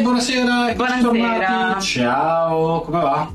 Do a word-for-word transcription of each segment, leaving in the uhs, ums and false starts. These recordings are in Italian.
buonasera, eccoci Buonasera. tornati. Ciao, come va?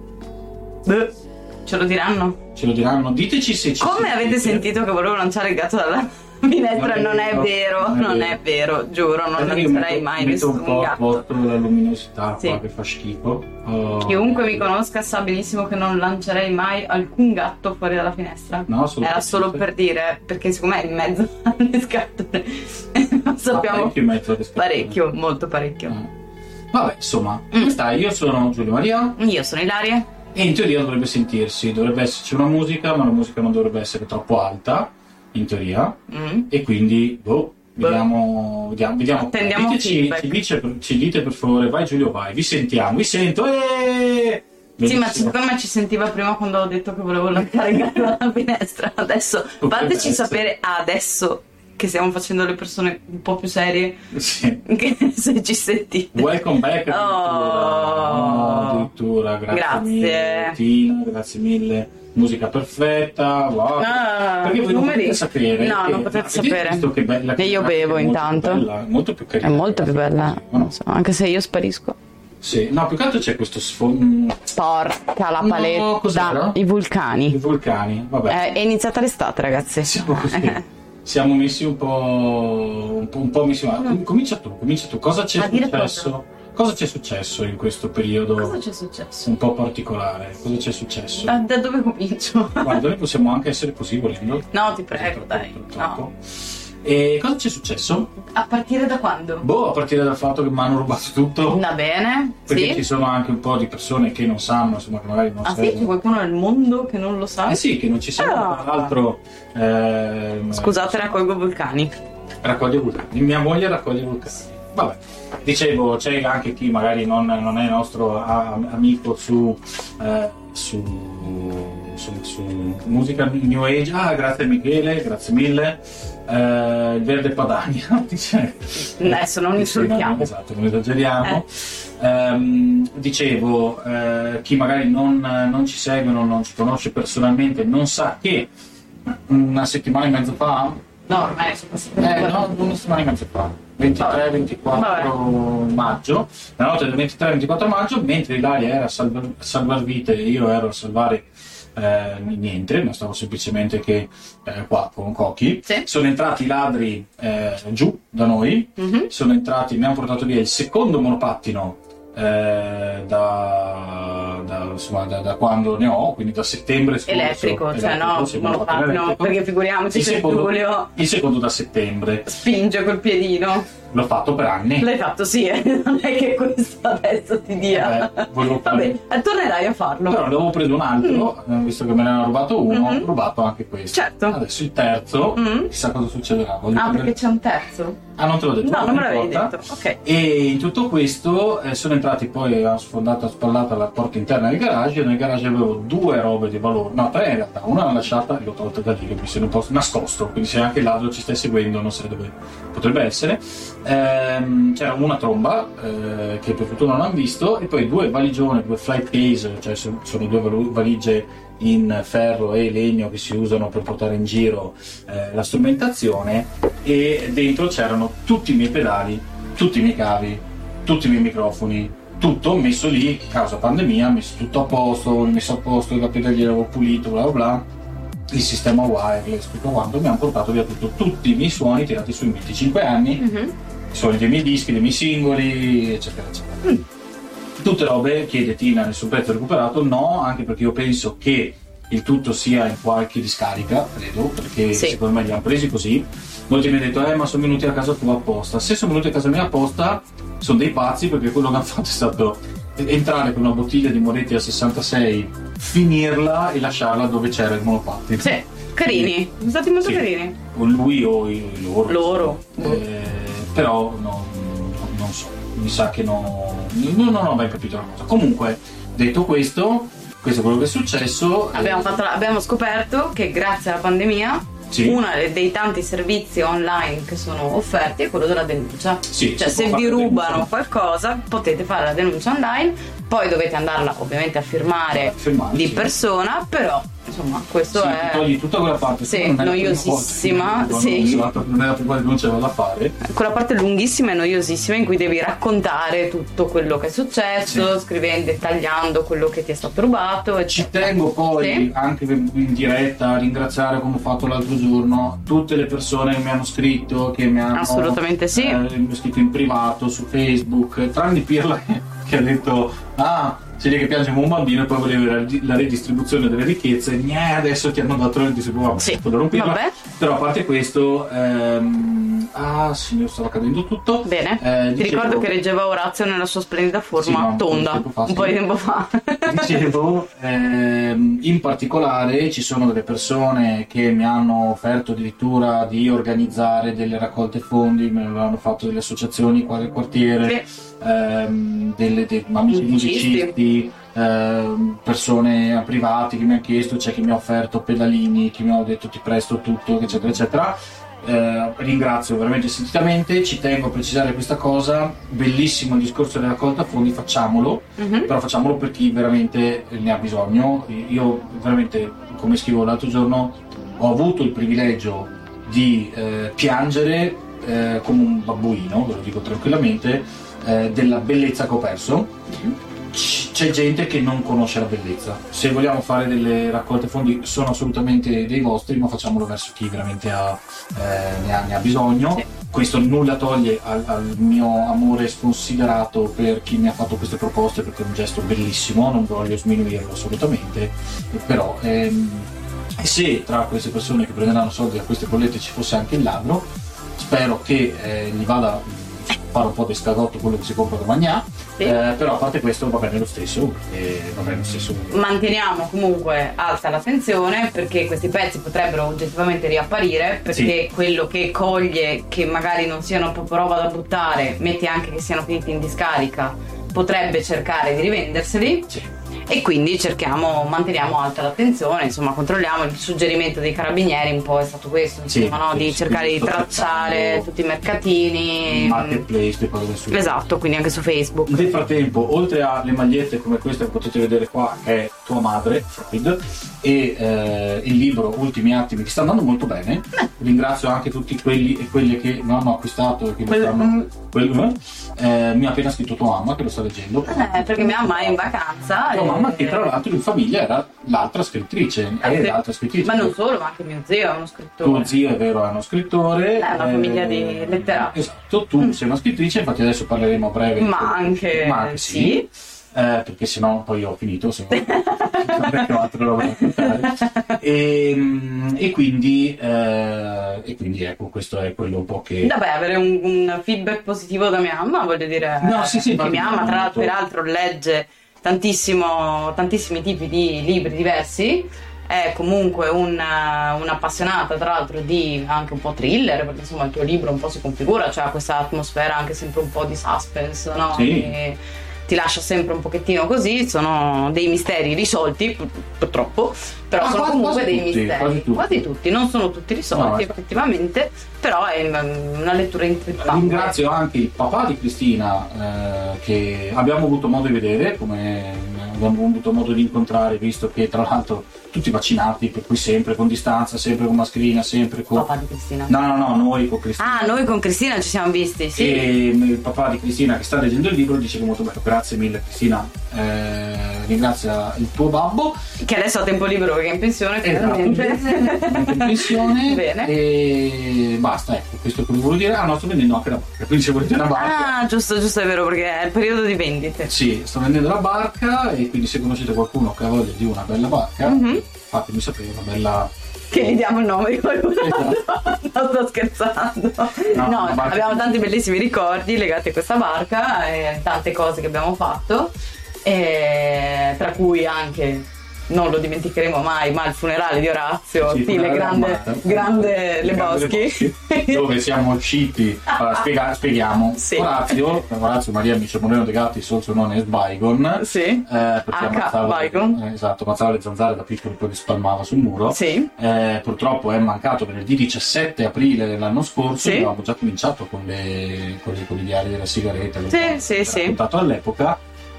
Beh, ce lo diranno. Ce lo diranno, diteci se ci Come sentite. avete sentito che volevo lanciare il gatto dalla finestra? Non è vero, non è vero, giuro, non Aspetta che lancerai metto- mai metto un nessun po' a gatto. posto la luminosità Sì. qua che fa schifo. Oh. Chiunque mi conosca sa benissimo che non lancerei mai alcun gatto fuori dalla finestra. No, solo Era per solo dire. per dire, perché siccome è in mezzo alle scatole non sappiamo parecchio in mezzo alle scatole. parecchio, molto parecchio. Eh. Vabbè, insomma, Mm. come stai? Io sono Giulio Maria Io sono Ilaria. e in teoria dovrebbe sentirsi, dovrebbe esserci una musica, ma la musica non dovrebbe essere troppo alta, in teoria, Mm. e quindi, boh, Boh. vediamo, vediamo, vediamo. Attendiamo Diteci, feedback. ci, dice, ci dite per favore, vai Giulio, vai, vi sentiamo, vi sento, eeeh! Sì, ma Benissimo. secondo me ci sentiva prima quando ho detto che volevo lanciare il gatto dalla finestra. Adesso Potrebbe fateci essere. sapere adesso che stiamo facendo le persone un po' più serie, Sì. che se ci sentite. Welcome back addirittura, Oh. no, addirittura, grazie, Grazie. mille Tina, grazie mille, musica perfetta, wow. Ah, Perché voi non numeri? potete sapere No, che- non potete avete sapere. visto che bella E io che è bevo molto intanto. più bella, molto più È carina, molto più bella, no? non so, anche se io sparisco. Sì, no, più che altro c'è questo sfondo. Porca la No, paletta, cos'era? i I vulcani. vulcani, vabbè. Eh, è iniziata l'estate, ragazzi. Siamo così. Siamo messi un po'. un po', un po' messi. Ma com- comincia tu, comincia tu. Cosa c'è A dire successo? Cosa c'è successo in questo periodo Cosa c'è successo? un po' particolare? Cosa c'è successo? Da, da dove comincio? Guarda, noi possiamo anche essere così volendo. No, ti prego, Troppo, dai. troppo, No. troppo. E cosa c'è successo? A partire da quando? Boh, a partire dal fatto che mi hanno rubato tutto. Va bene, Perché ci sì. sono anche un po' di persone che non sanno, insomma, che magari non Ah sì, c'è seguono. qualcuno nel mondo che non lo sa? Eh sì, che non ci sono. Ah. Tra l'altro. ehm, Scusate, raccolgo vulcani. Raccoglie vulcani. Mia moglie raccoglie vulcani. Vabbè, dicevo, c'è anche chi magari non, non è nostro a- amico su, eh, su, su, su musica New Age. Ah, grazie Michele, grazie mille. Eh, il verde Padania dice. Adesso non Sì, sì, no, insultiamo. esatto, non esageriamo. Ehm, dicevo, eh, chi magari non, non ci segue, non, non ci conosce personalmente, non sa che una settimana e mezzo fa, No, ormai sono passati. eh, no, una settimana e mezzo fa, ventitré ventiquattro maggio, la notte del ventitré ventiquattro maggio, mentre Ilaria era a, salva- a salvar vite e io ero a salvare eh, niente, ma stavo semplicemente che eh, qua con Cocchi, Sì. sono entrati i ladri eh, giù da noi, Mhm. sono entrati, mi hanno portato via il secondo monopattino eh, da, da, insomma, da, da quando ne ho, quindi da settembre scorso. Elettrico, cioè no, sì, monopattino, elettrico. perché figuriamoci il se secondo, Giulio il secondo da settembre, spinge col piedino. l'ho fatto per anni. L'hai fatto, sì, eh. Non è che questo adesso ti dia. Eh, volevo fare- Vabbè, eh, tornerai a farlo. Però ne avevo preso un altro, eh, visto che me ne hanno rubato uno, Mhm. ho rubato anche questo. Certo. Adesso il terzo, Mhm. chissà cosa succederà. Voglio Ah, prendere- perché c'è un terzo? Ah, non te l'ho detto. No, non me l'avevi importa. detto. Ok. E in tutto questo eh, sono entrati poi, hanno sfondato, spallata la porta interna del garage, e nel garage avevo due robe di valore, no tre in realtà, una l'ho lasciata e l'ho tolta da lì, che mi sono un po' nascosto, quindi se anche il ladro ci stai seguendo non sai dove potrebbe essere. Ehm, c'era una tromba eh, che per fortuna non hanno visto, e poi due valigione, due flight case, cioè so- sono due valu- valigie in ferro e legno che si usano per portare in giro eh, la strumentazione, e dentro c'erano tutti i miei pedali, tutti i miei cavi, tutti i miei microfoni, tutto messo lì, causa pandemia, messo tutto a posto, ho messo a posto la pedaliera, avevo pulito, bla bla bla, il sistema wireless, tutto quanto, mi hanno portato via tutto, tutti i miei suoni tirati sui venticinque anni, Mhm. i suoni dei miei dischi, dei miei singoli, eccetera, eccetera. Mm. Tutte robe, chiede Tina nel suo pezzo recuperato, no, anche perché io penso che il tutto sia in qualche discarica, credo, perché Sì. secondo me li hanno presi così. Molti mi hanno detto, eh, ma sono venuti a casa tua apposta. Se sono venuti a casa mia apposta, sono dei pazzi, perché quello che hanno fatto è stato entrare con una bottiglia di Moretti al sessantasei, finirla e lasciarla dove c'era il monopattino. Sì, carini, sono stati molto Sì. carini. O lui o i- loro. Loro. Eh, però no, non so, mi sa che no, non, non ho ben capito la cosa. Comunque, detto questo, questo è quello che è successo. Abbiamo, eh, fatto, abbiamo scoperto che grazie alla pandemia Sì. uno dei tanti servizi online che sono offerti è quello della denuncia. Sì, Cioè, si se può vi fare la rubano denuncia. qualcosa potete fare la denuncia online, poi dovete andarla ovviamente a firmare Firmare, di sì. persona, però insomma questo sì, è... togli tutta quella parte, sì, non è noiosissima, volta, sì. non è la prima volta che non c'era da fare. Quella parte lunghissima e noiosissima in cui devi raccontare tutto quello che è successo, sì. scrivendo, dettagliando quello che ti è stato rubato, eccetera. Ci tengo poi sì. anche in diretta a ringraziare, come ho fatto l'altro giorno, tutte le persone che mi hanno scritto, che mi hanno assolutamente sì. eh, scritto in privato su Facebook, tranne Pirla che ha detto ah c'è lì che piange come un bambino e poi voleva la redistribuzione delle ricchezze, Gne, adesso ti hanno dato la redistribuzione, sì. Vabbè. Però a parte questo ehm... ah signor stava cadendo tutto bene, eh, ti dicevo... ricordo che reggeva Orazio nella sua splendida forma sì, no, tonda un po' di, fa, sì. di tempo fa. Dicevo ehm, in particolare ci sono delle persone che mi hanno offerto addirittura di organizzare delle raccolte fondi, me l'hanno fatto delle associazioni qua del quartiere, sì. ehm, delle, dei amici musicisti, Uh, persone privati che mi hanno chiesto, c'è chi mi ha offerto pedalini, chi mi ha detto ti presto tutto, eccetera eccetera. Uh, ringrazio veramente sentitamente, ci tengo a precisare questa cosa, bellissimo il discorso della raccolta fondi, facciamolo, uh-huh. però facciamolo per chi veramente ne ha bisogno. Io veramente, come scrivo l'altro giorno, ho avuto il privilegio di uh, piangere uh, come un babbuino, ve lo dico tranquillamente, uh, della bellezza che ho perso. Uh-huh. C'è gente che non conosce la bellezza. Se vogliamo fare delle raccolte fondi sono assolutamente dei vostri, ma facciamolo verso chi veramente ha, eh, ne, ha, ne ha bisogno. Sì. Questo nulla toglie al, al mio amore sconsiderato per chi mi ha fatto queste proposte, perché è un gesto bellissimo, non voglio sminuirlo assolutamente, però ehm, se tra queste persone che prenderanno soldi da queste bollette ci fosse anche il ladro, spero che eh, gli vada fare un po' di scagotto quello che si compra da Magnà, sì. eh, però a parte questo va bene lo stesso, eh, va bene lo stesso. Manteniamo comunque alta l'attenzione perché questi pezzi potrebbero oggettivamente riapparire, perché sì. quello che coglie che magari non siano proprio roba da buttare, metti anche che siano finiti in discarica, potrebbe cercare di rivenderseli. Sì. E quindi cerchiamo, manteniamo alta l'attenzione, insomma controlliamo. Il suggerimento dei carabinieri un po' è stato questo, insomma, sì, no? Di cercare di tracciare tutti i mercatini, marketplace, cose su. Esatto, quindi anche su Facebook. Nel frattempo, oltre alle magliette come questa che potete vedere qua, che è Tua madre, Freud, e eh, il libro Ultimi attimi, che sta andando molto bene. Eh. Ringrazio anche tutti quelli e quelle che mi hanno acquistato e che mi stanno. Quello, eh, mi ha appena scritto tua mamma che lo sta leggendo. Eh, perché mia mamma è in vacanza. Tua e... mamma che tra l'altro in famiglia era l'altra scrittrice, eh, è sì. l'altra scrittrice. Ma non solo, ma anche mio zio è uno scrittore. Tuo zio è vero, è uno scrittore. È una eh, famiglia di letterati. Esatto, tu mm. sei una scrittrice, infatti adesso parleremo a breve. Ma anche, ma anche sì. sì. Eh, perché sennò poi ho finito, se no altre robe da contare. E, e quindi eh, e quindi ecco, questo è quello un po' che vabbè, avere un, un feedback positivo da mia mamma, voglio dire, no, sì, sì, che mia mamma tra l'altro peraltro legge tantissimo tantissimi tipi di libri diversi, è comunque una, un'appassionata tra l'altro di anche un po' thriller, perché insomma il tuo libro un po' si configura, cioè questa atmosfera anche sempre un po' di suspense, no? Sì. E, ti lascia sempre un pochettino così, sono dei misteri risolti purtroppo, però ah, sono quasi, comunque quasi dei tutti, misteri quasi tutti. quasi tutti, non sono tutti risolti no, effettivamente, però è una lettura intrippante. Ringrazio anche il papà di Cristina eh, che abbiamo avuto modo di vedere, come abbiamo avuto modo di incontrare, visto che tra l'altro tutti vaccinati, per cui sempre con distanza, sempre con mascherina, sempre con... Papà di Cristina? No, no, no, noi con Cristina. Ah, noi con Cristina ci siamo visti, sì. E il papà di Cristina che sta leggendo il libro dice che molto bello, grazie mille Cristina, eh, ringrazia il tuo babbo. Che adesso ha tempo libero perché è in pensione, finalmente. Esatto, è in pensione. Bene. E basta, ecco, questo che vi volevo dire. Ah no, sto vendendo anche la barca, quindi se volete una barca. Ah, giusto, giusto, è vero, perché è il periodo di vendite. Sì, sto vendendo la barca e quindi se conoscete qualcuno che ha voglia di una bella barca, mm-hmm. fatemi sapere, una bella... Che gli diamo il nome di qualcuno. Esatto. No, sto scherzando. No, no abbiamo tanti bellissimi ricordi legati a questa barca e tante cose che abbiamo fatto, e tra cui anche, non lo dimenticheremo mai, ma il funerale di Orazio, sì, stile grande, grande Le Boschi, dove siamo usciti. Allora, spiega, spieghiamo. Sì. Orazio, Orazio Maria Micio Moreno De Gatti, also known as Bygone. Sì. Eh, perché ammazzava, Bygone. Eh, esatto, ammazzava le zanzare da piccolo e poi le spalmava sul muro. Sì. Eh, purtroppo è mancato venerdì diciassette aprile dell'anno scorso. Sì. Avevamo già cominciato con, le, con, le, con i diari della sigaretta. Sì, sì, sì. Raccontato all'epoca.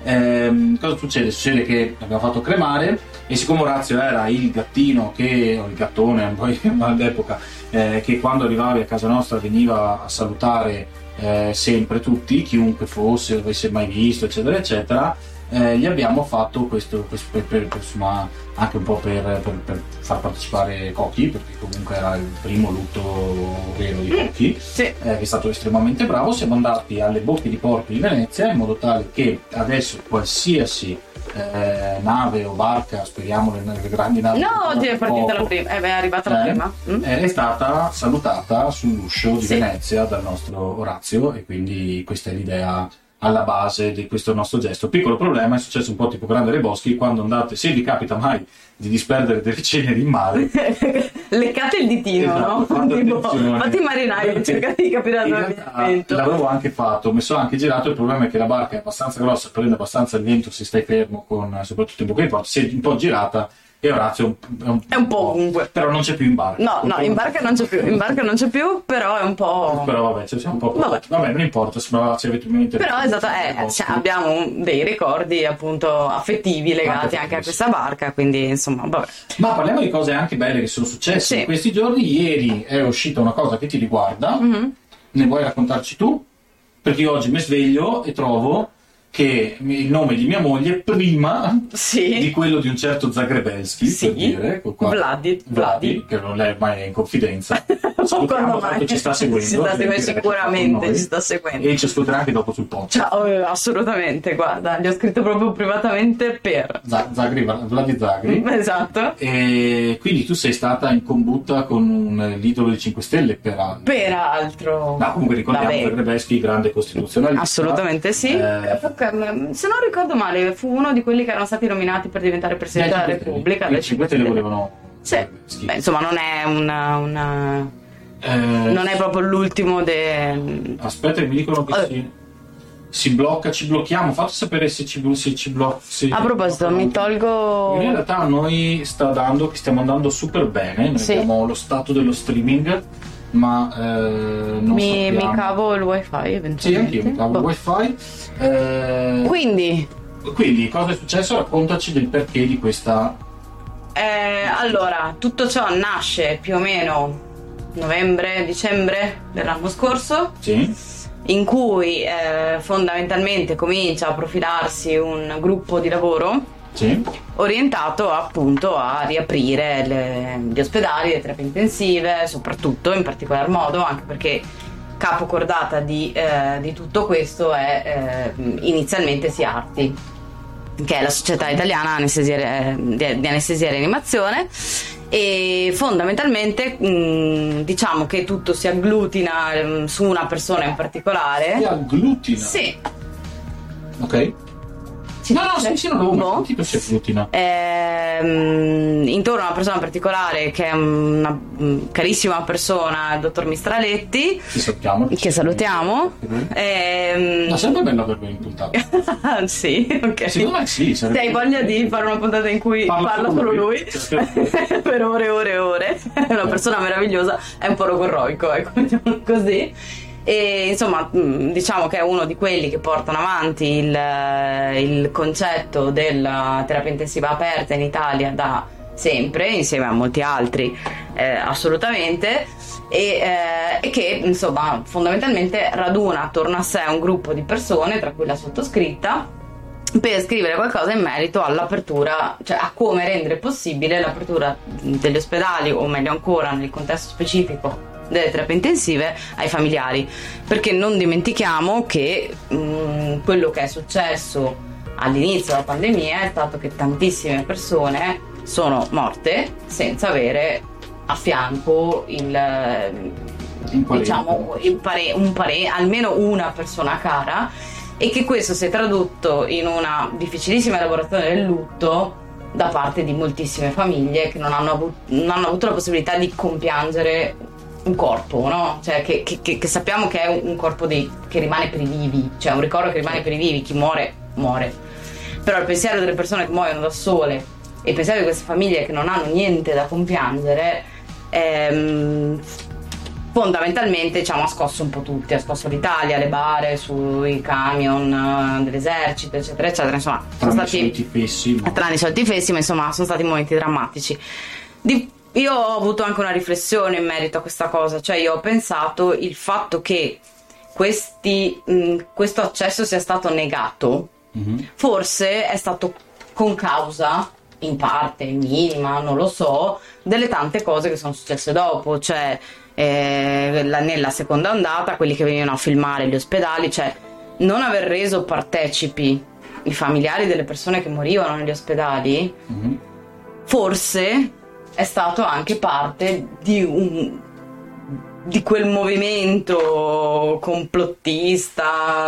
Ehm, cosa succede? Succede che abbiamo fatto cremare e siccome Orazio era il gattino che, o il gattone poi all'epoca, eh, che quando arrivavi a casa nostra veniva a salutare eh, sempre tutti, chiunque fosse, avesse mai visto, eccetera, eccetera, eh, gli abbiamo fatto questo, questo per, per, per, insomma, anche un po' per, per, per far partecipare Cocchi, perché comunque era il primo lutto vero di Cocchi, sì. eh, che è stato estremamente bravo. Siamo andati alle Bocche di Porto di Venezia in modo tale che adesso qualsiasi eh, nave o barca, speriamo le, le grandi navi, no, oggi è partita la prima, è arrivata la eh, prima mm? è stata salutata sull'uscio di sì. Venezia dal nostro Orazio, e quindi questa è l'idea alla base di questo nostro gesto. Piccolo problema, è successo un po' tipo Grande dei Boschi, quando andate, se vi capita mai di disperdere delle ceneri in mare, leccate il ditino, esatto, no? Tipo, fatti i marinai, cercate di capire dove è il vento. L'avevo anche fatto, mi sono anche girato. Il problema è che la barca è abbastanza grossa, prende abbastanza il vento se stai fermo, con, soprattutto in Bocca di Porto, sei un po' girata. E Orazio è un, è un po' ovunque, però non c'è più in barca. No, no, in barca non c'è più, in barca non c'è più, però è un po'. Però vabbè, ci siamo un po'. Vabbè, vabbè non importa, sembrava ci avete in mente. Però esatto, eh, cioè, abbiamo dei ricordi appunto affettivi legati anche, anche a questa barca, quindi insomma, vabbè. Ma parliamo di cose anche belle che sono successe sì. in questi giorni. Ieri è uscita una cosa che ti riguarda, mm-hmm. Ne vuoi raccontarci tu? Perché io oggi mi sveglio e trovo che il nome di mia moglie prima sì. di quello di un certo Zagrebelski, sì. per dire, qua, Vladi, Vladi, che non è mai in confidenza. Quando mai? Ci sta seguendo, ci sta seguendo sicuramente, ci sta seguendo. E ci ascolterà anche dopo sul podcast. Ciao, eh, assolutamente, guarda, gli ho scritto proprio privatamente per Z- Zagri, Vladi Zagri. Esatto. E quindi tu sei stata in combutta con un, l'idolo dei cinque Stelle, peraltro. Peraltro. No, comunque ricordiamo Zagrebelski, grande costituzionalista. Assolutamente sì. Eh, se non ricordo male, fu uno di quelli che erano stati nominati per diventare Presidente della Repubblica. Le cinque Stelle volevano. Sì. Beh, insomma, non è una. una... Eh, non è proprio l'ultimo de... Aspetta, mi dicono che si, si blocca, ci blocchiamo. Fate sapere se ci, se ci blocca. A proposito, mi tolgo. In realtà a noi sta dando che stiamo andando super bene. Noi sì. abbiamo lo stato dello streaming, ma eh, non mi, sappiamo. mi cavo il wifi eventualmente. Sì, anch'io mi cavo oh. il wifi. Eh, quindi quindi cosa è successo? Raccontaci del perché di questa. Eh, allora, tutto ciò nasce più o meno novembre, dicembre dell'anno scorso, sì. in cui eh, fondamentalmente comincia a profilarsi un gruppo di lavoro sì. orientato appunto a riaprire le, gli ospedali, le terapie intensive, soprattutto in particolar modo, anche perché capocordata di, eh, di tutto questo è eh, inizialmente SIARTI, che è la Società Italiana Anestesia, di Anestesia e Rianimazione, e fondamentalmente mh, diciamo che tutto si agglutina mh, su una persona in particolare. Si agglutina? Sì. Ok. Ci no, no, sì, sì, non lo no. tipo si agglutina. Ehm, intorno a una persona in particolare che è una mh, carissima persona, il dottor Mistraletti, che salutiamo, che, che salutiamo. Ehm... No, sempre bello averlo in puntata. Sì, ok. Secondo me sì. Se hai voglia di fare una puntata in cui parla, parla solo lui, lui. per ore e ore e ore, è una persona meravigliosa, è un po' logorroico, ecco, mettiamolo così. E insomma, diciamo che è uno di quelli che portano avanti il, il concetto della terapia intensiva aperta in Italia da sempre, insieme a molti altri, eh, assolutamente, e, eh, e che insomma fondamentalmente raduna attorno a sé un gruppo di persone, tra cui la sottoscritta, per scrivere qualcosa in merito all'apertura, cioè a come rendere possibile l'apertura degli ospedali, o meglio ancora nel contesto specifico delle terapie intensive, ai familiari, perché non dimentichiamo che mh, quello che è successo all'inizio della pandemia è stato che tantissime persone sono morte senza avere a fianco il, il diciamo il pare, un pare, almeno una persona cara, e che questo si è tradotto in una difficilissima elaborazione del lutto da parte di moltissime famiglie che non hanno avuto, non hanno avuto la possibilità di compiangere un corpo, no? Cioè che, che, che sappiamo che è un corpo dei, che rimane per i vivi, cioè un ricordo che rimane per i vivi, chi muore, muore. Però il pensiero delle persone che muoiono da sole e il pensiero di queste famiglie che non hanno niente da compiangere ehm, fondamentalmente diciamo ha scosso un po' tutti, ha scosso l'Italia, le bare sui camion uh, dell'esercito eccetera eccetera, insomma sono tranne stati soliti fessi, ma... tranne i soliti fessi, ma insomma sono stati momenti drammatici. Di, io ho avuto anche una riflessione in merito a questa cosa, cioè io ho pensato il fatto che questi, mh, questo accesso sia stato negato, mm-hmm. forse è stato con causa in parte minima, non lo so, delle tante cose che sono successe dopo, cioè eh, la, nella seconda ondata quelli che venivano a filmare gli ospedali, cioè non aver reso partecipi i familiari delle persone che morivano negli ospedali, mm-hmm. forse è stato anche parte di un di quel movimento complottista,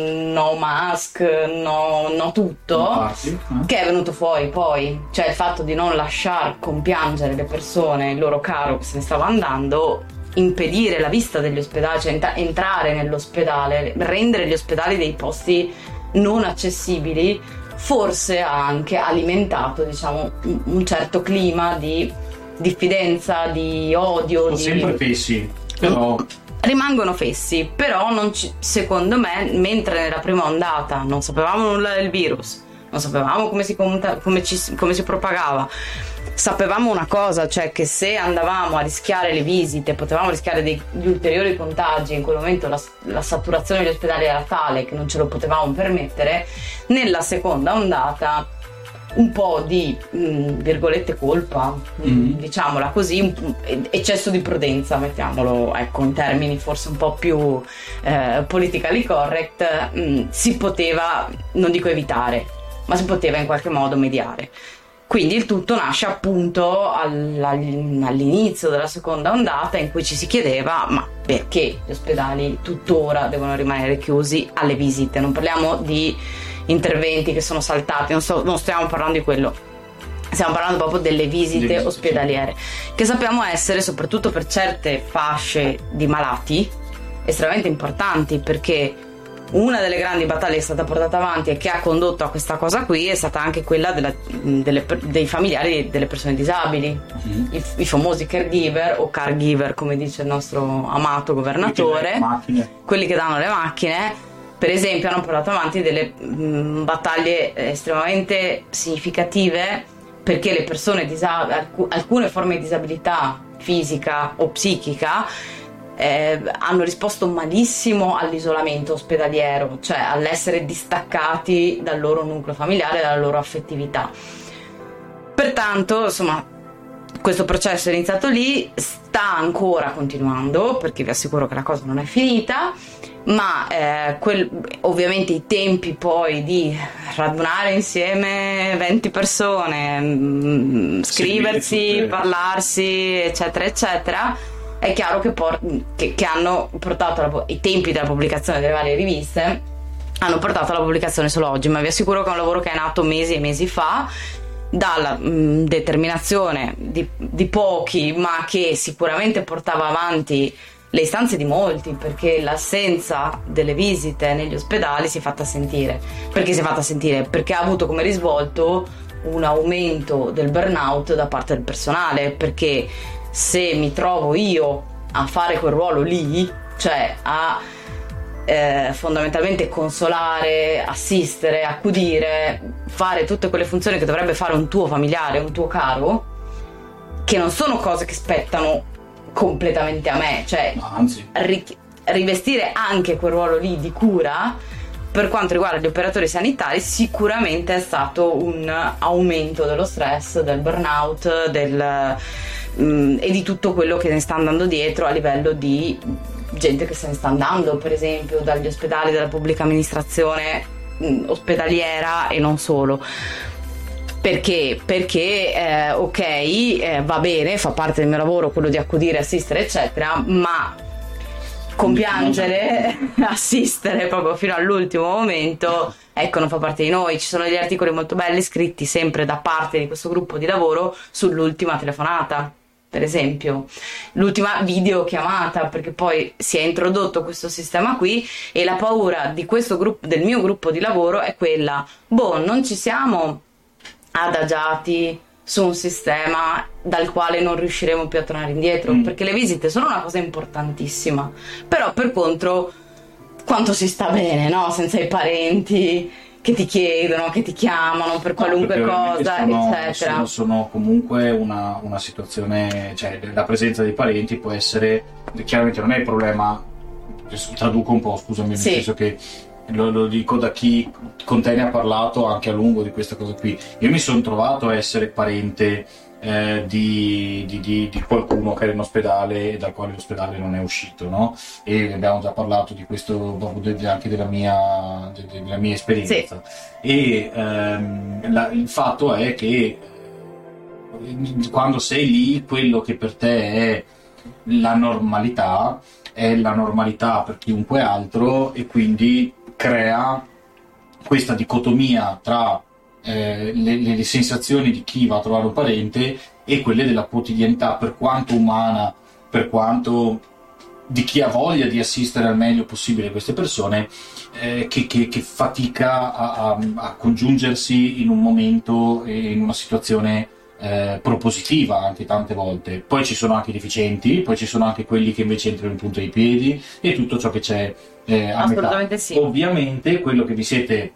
no mask, no, no tutto, parti, eh. che è venuto fuori poi, cioè il fatto di non lasciar compiangere le persone, il loro caro che se ne stava andando, impedire la vista degli ospedali, cioè entra- entrare nell'ospedale, rendere gli ospedali dei posti non accessibili, forse ha anche alimentato, diciamo, un, un certo clima di diffidenza, di odio. Sono di... sempre fessi, però rimangono fessi, però non ci, secondo me, mentre nella prima ondata non sapevamo nulla del virus, non sapevamo come si, conta, come ci, come si propagava, sapevamo una cosa, cioè che se andavamo a rischiare le visite potevamo rischiare degli ulteriori contagi, in quel momento la, la saturazione degli ospedali era tale che non ce lo potevamo permettere. Nella seconda ondata un po' di mh, virgolette colpa, mm. diciamola così, un, eccesso di prudenza, mettiamolo ecco in termini forse un po' più eh, politically correct, mh, si poteva, non dico evitare, ma si poteva in qualche modo mediare. Quindi il tutto nasce appunto all, all'inizio della seconda ondata, in cui ci si chiedeva ma perché gli ospedali tuttora devono rimanere chiusi alle visite. Non parliamo di interventi che sono saltati, non, so, non stiamo parlando di quello, stiamo parlando proprio delle visite, visite ospedaliere, sì. che sappiamo essere, soprattutto per certe fasce di malati, estremamente importanti, perché una delle grandi battaglie che è stata portata avanti e che ha condotto a questa cosa qui è stata anche quella della, delle, dei familiari delle persone disabili, mm-hmm. I, i famosi caregiver o caregiver, come dice il nostro amato governatore, quelli che danno le macchine. Per esempio hanno portato avanti delle mh, battaglie estremamente significative, perché le persone disab- alc- alcune forme di disabilità fisica o psichica eh, hanno risposto malissimo all'isolamento ospedaliero, cioè all'essere distaccati dal loro nucleo familiare, dalla loro affettività. Pertanto, insomma, questo processo è iniziato lì, sta ancora continuando, perché vi assicuro che la cosa non è finita, ma eh, quel, ovviamente i tempi poi di radunare insieme venti persone, mh, scriversi, parlarsi, eccetera, eccetera, è chiaro che, por- che, che hanno portato la, i tempi della pubblicazione delle varie riviste hanno portato alla pubblicazione solo oggi, ma vi assicuro che è un lavoro che è nato mesi e mesi fa, dalla mh, determinazione di, di pochi, ma che sicuramente portava avanti le istanze di molti, perché l'assenza delle visite negli ospedali si è fatta sentire. Perché si è fatta sentire? Perché ha avuto come risvolto un aumento del burnout da parte del personale, perché se mi trovo io a fare quel ruolo lì, cioè a eh, fondamentalmente consolare, assistere, accudire, fare tutte quelle funzioni che dovrebbe fare un tuo familiare, un tuo caro, che non sono cose che spettano completamente a me, cioè anzi ri- rivestire anche quel ruolo lì di cura per quanto riguarda gli operatori sanitari sicuramente è stato un aumento dello stress, del burnout, del, mh, e di tutto quello che ne sta andando dietro a livello di gente che se ne sta andando, per esempio dagli ospedali della pubblica amministrazione mh, ospedaliera e non solo. Perché? Perché eh, ok, eh, va bene, fa parte del mio lavoro quello di accudire, assistere, eccetera, ma compiangere, assistere proprio fino all'ultimo momento, ecco, non fa parte di noi. Ci sono degli articoli molto belli scritti sempre da parte di questo gruppo di lavoro sull'ultima telefonata, per esempio, l'ultima videochiamata, perché poi si è introdotto questo sistema qui e la paura di questo gruppo, del mio gruppo di lavoro, è quella, boh, non ci siamo adagiati su un sistema dal quale non riusciremo più a tornare indietro, mm. perché le visite sono una cosa importantissima, però per contro quanto si sta bene, no? Senza i parenti che ti chiedono, che ti chiamano per qualunque no, cosa, sono, eccetera. Sono, sono comunque una, una situazione, cioè la presenza dei parenti può essere, chiaramente non è il problema, traduco un po', scusami, sì. nel senso che Lo, lo dico da chi con te ne ha parlato anche a lungo di questa cosa qui. Io mi sono trovato a essere parente eh, di, di, di, di qualcuno che era in ospedale e dal quale l'ospedale non è uscito, no? E abbiamo già parlato di questo anche della mia, della mia esperienza. Sì. E ehm, la, il fatto è che quando sei lì, quello che per te è la normalità è la normalità per chiunque altro, e quindi crea questa dicotomia tra eh, le, le sensazioni di chi va a trovare un parente e quelle della quotidianità, per quanto umana, per quanto di chi ha voglia di assistere al meglio possibile queste persone, eh, che, che, che fatica a, a, a congiungersi in un momento e in una situazione Eh, propositiva anche tante volte. Poi ci sono anche i deficienti, poi ci sono anche quelli che invece entrano in punta dei piedi e tutto ciò che c'è eh, a assolutamente metà. Sì. Ovviamente quello che vi siete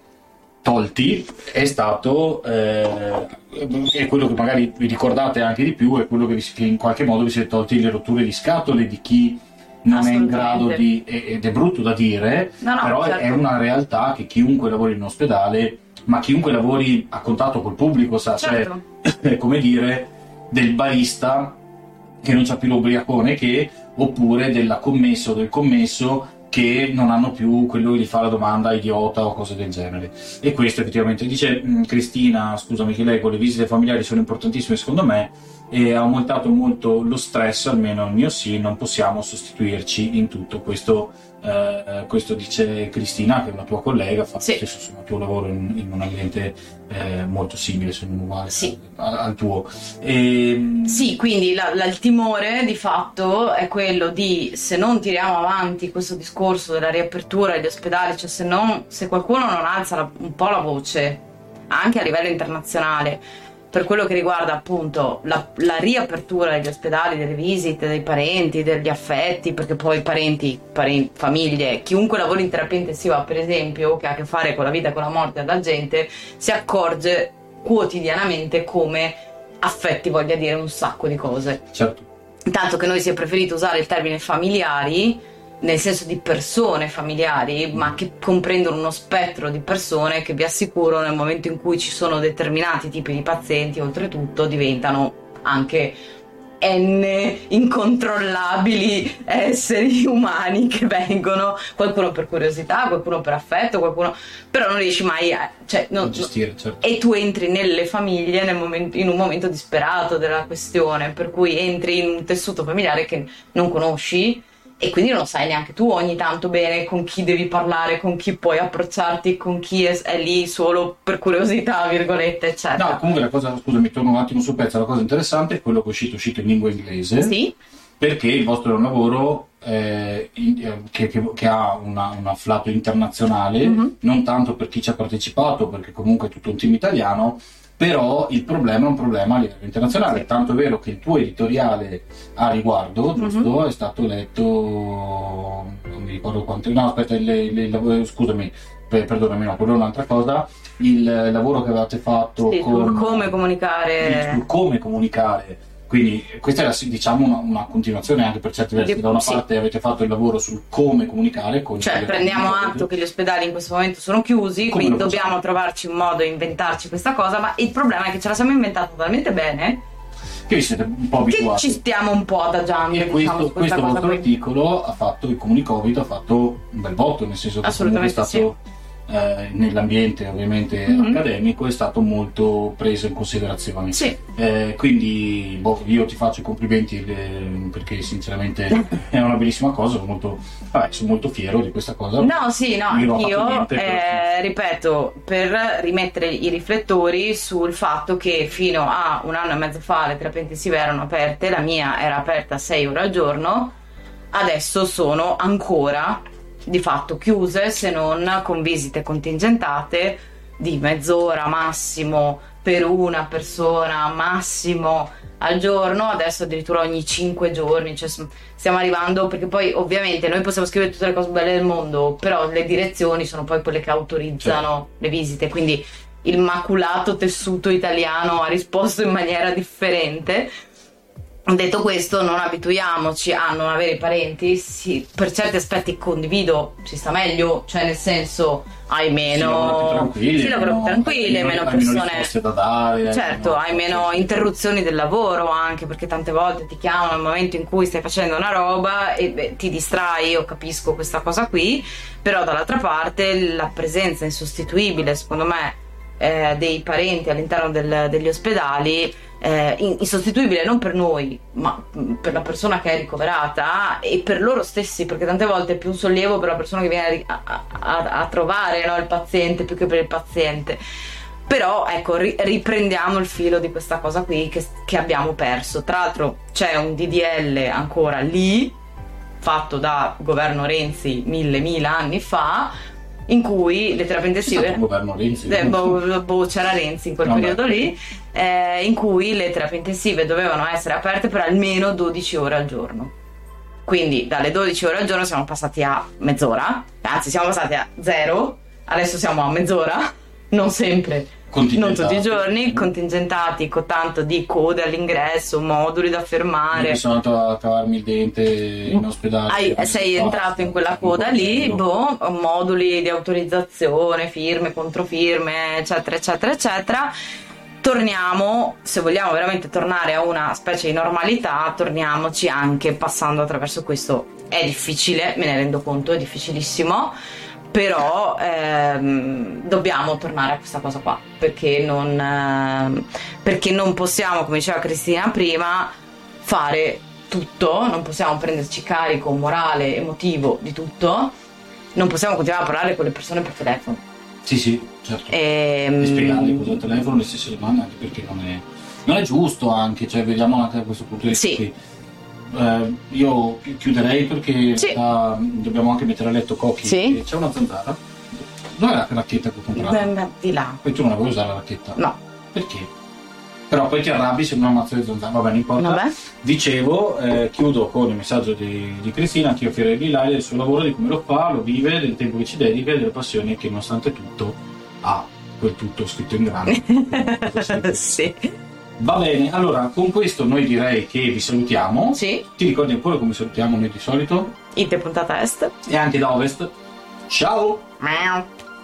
tolti è stato eh, è quello che magari vi ricordate anche di più, è quello che, vi, che in qualche modo vi siete tolti le rotture di scatole di chi non è in grado di, ed è brutto da dire, no, no, però certo. È una realtà che chiunque lavori in ospedale, ma chiunque lavori a contatto col pubblico sa, certo. Cioè, è come dire del barista che non c'ha più l'ubriacone che, oppure della commessa o del commesso che non hanno più quello che gli fa la domanda idiota o cose del genere. E questo effettivamente dice mh, Cristina, scusami che leggo, le visite familiari sono importantissime secondo me e ha aumentato molto lo stress, almeno il mio sì, non possiamo sostituirci in tutto questo. Uh, questo dice Cristina, che è una tua collega, fa sì. lo stesso il tuo lavoro in, in un ambiente eh, molto simile, se non uguale sì. al, al tuo. E... Sì, quindi la, la, il timore di fatto è quello di, se non tiriamo avanti questo discorso della riapertura degli ospedali, cioè se, non, se qualcuno non alza la, un po' la voce anche a livello internazionale per quello che riguarda appunto la, la riapertura degli ospedali, delle visite, dei parenti, degli affetti, perché poi parenti, parenti, famiglie, chiunque lavori in terapia intensiva per esempio, che ha a che fare con la vita e con la morte della gente, si accorge quotidianamente come affetti voglia dire un sacco di cose. Certo. Tanto che noi si è preferito usare il termine familiari, nel senso di persone familiari, ma che comprendono uno spettro di persone che vi assicuro nel momento in cui ci sono determinati tipi di pazienti, oltretutto diventano anche n incontrollabili esseri umani che vengono, qualcuno per curiosità, qualcuno per affetto, qualcuno però non riesci mai a, cioè, non, gestire, certo. E tu entri nelle famiglie nel momento, in un momento disperato della questione, per cui entri in un tessuto familiare che non conosci e quindi non sai neanche tu ogni tanto bene con chi devi parlare, con chi puoi approcciarti, con chi è, è lì solo per curiosità, virgolette, eccetera. No, comunque la cosa, scusami, torno un attimo sul pezzo, la cosa interessante è quello che è uscito, è uscito in lingua inglese, sì. Perché il vostro è un lavoro eh, che, che, che ha una, un afflato internazionale, mm-hmm. non tanto per chi ci ha partecipato, perché comunque è tutto un team italiano, però il problema è un problema a livello internazionale, sì. Tanto è vero che il tuo editoriale a riguardo, giusto, mm-hmm. è stato letto, non mi ricordo quanto, no aspetta, il, il, il, scusami, per, perdonami, no, quello è un'altra cosa, il lavoro che avevate fatto sì, con... Sul come comunicare... Sul come comunicare. Quindi questa è diciamo una, una continuazione anche per certi versi. Da una sì. parte avete fatto il lavoro sul come comunicare con cioè prendiamo atto che gli ospedali in questo momento sono chiusi, come quindi dobbiamo trovarci un modo di inventarci questa cosa, ma il problema è che ce la siamo inventata talmente bene che vi siete un po' abituati, che ci stiamo un po' adagiando, e questo, diciamo, questo vostro qui. Articolo ha fatto, il Comunicovid ha fatto un bel botto, nel senso che comunque è stato sì. Eh, nell'ambiente ovviamente mm-hmm. accademico è stato molto preso in considerazione, sì. eh, quindi boh, io ti faccio i complimenti eh, perché sinceramente è una bellissima cosa, sono molto, vabbè, sono molto fiero di questa cosa. No sì no io, io niente, eh, ripeto, per rimettere i riflettori sul fatto che fino a un anno e mezzo fa le terapie intensive erano aperte, la mia era aperta sei ore al giorno, adesso sono ancora di fatto chiuse, se non con visite contingentate di mezz'ora massimo per una persona massimo al giorno, adesso addirittura ogni cinque giorni, cioè stiamo arrivando, perché poi ovviamente noi possiamo scrivere tutte le cose belle del mondo, però le direzioni sono poi quelle che autorizzano certo. le visite, quindi il maculato tessuto italiano ha risposto in maniera differente. Detto questo, non abituiamoci a non avere parenti, sì, per certi aspetti condivido, si sta meglio, cioè nel senso hai meno si lavora più tranquilli, hai meno persone da dare, certo, hai meno cose. interruzioni del lavoro, anche perché tante volte ti chiamano nel momento in cui stai facendo una roba e beh, ti distrai. Io capisco questa cosa qui, però dall'altra parte la presenza insostituibile, secondo me, eh, dei parenti all'interno del, degli ospedali, Eh, insostituibile non per noi ma per la persona che è ricoverata e per loro stessi, perché tante volte è più un sollievo per la persona che viene a, a, a trovare, no, il paziente, più che per il paziente. Però ecco, ri, riprendiamo il filo di questa cosa qui che, che abbiamo perso. Tra l'altro c'è un D D L ancora lì fatto da governo Renzi mille mila anni fa, in cui le terapie intensive governo Renzi, eh, boh, boh, c'era Renzi in quel no, periodo beh. lì eh, in cui le terapie intensive dovevano essere aperte per almeno dodici ore al giorno, quindi dalle dodici ore al giorno siamo passati a mezz'ora, anzi siamo passati a zero, adesso siamo a mezz'ora, non sempre, non tutti i giorni, contingentati con tanto di code all'ingresso, moduli da fermare. Io sono andato a cavarmi il dente in ospedale. Hai, sei entrato in quella coda lì, boh, moduli di autorizzazione, firme, controfirme, eccetera, eccetera, eccetera. Torniamo, se vogliamo veramente tornare a una specie di normalità, torniamoci anche passando attraverso questo. È difficile, me ne rendo conto, è difficilissimo. Però ehm, dobbiamo tornare a questa cosa qua, perché non, eh, perché non possiamo, come diceva Cristina prima, fare tutto, non possiamo prenderci carico morale, emotivo di tutto, non possiamo continuare a parlare con le persone per telefono. Sì, sì, certo. E, e spiegargli cosa il telefono, le stesse domande, anche perché non è, non è giusto, anche, cioè vediamo anche da questo punto di vista. Sì. Che, Uh, io chiuderei perché sì. uh, dobbiamo anche mettere a letto Cocchi. Sì. C'è una zanzara. Dov'è la racchetta che ho comprato? Beh, di là. Poi tu non la vuoi usare la racchetta? No. Perché? Però poi ti arrabbi se non ammazzo le zanzare. Vabbè, non importa. Vabbè. Dicevo, eh, chiudo con il messaggio di, di Cristina, anche io Fiore di Ilaria, del suo lavoro, di come lo fa, lo vive, del tempo che ci dedica e delle passioni che nonostante tutto ha, quel tutto scritto in grande. Sì. Va bene, allora con questo noi direi che vi salutiamo. Sì. Ti ricordi ancora come salutiamo noi di solito? Ite puntata est. E anche da ovest. Ciao! Miau.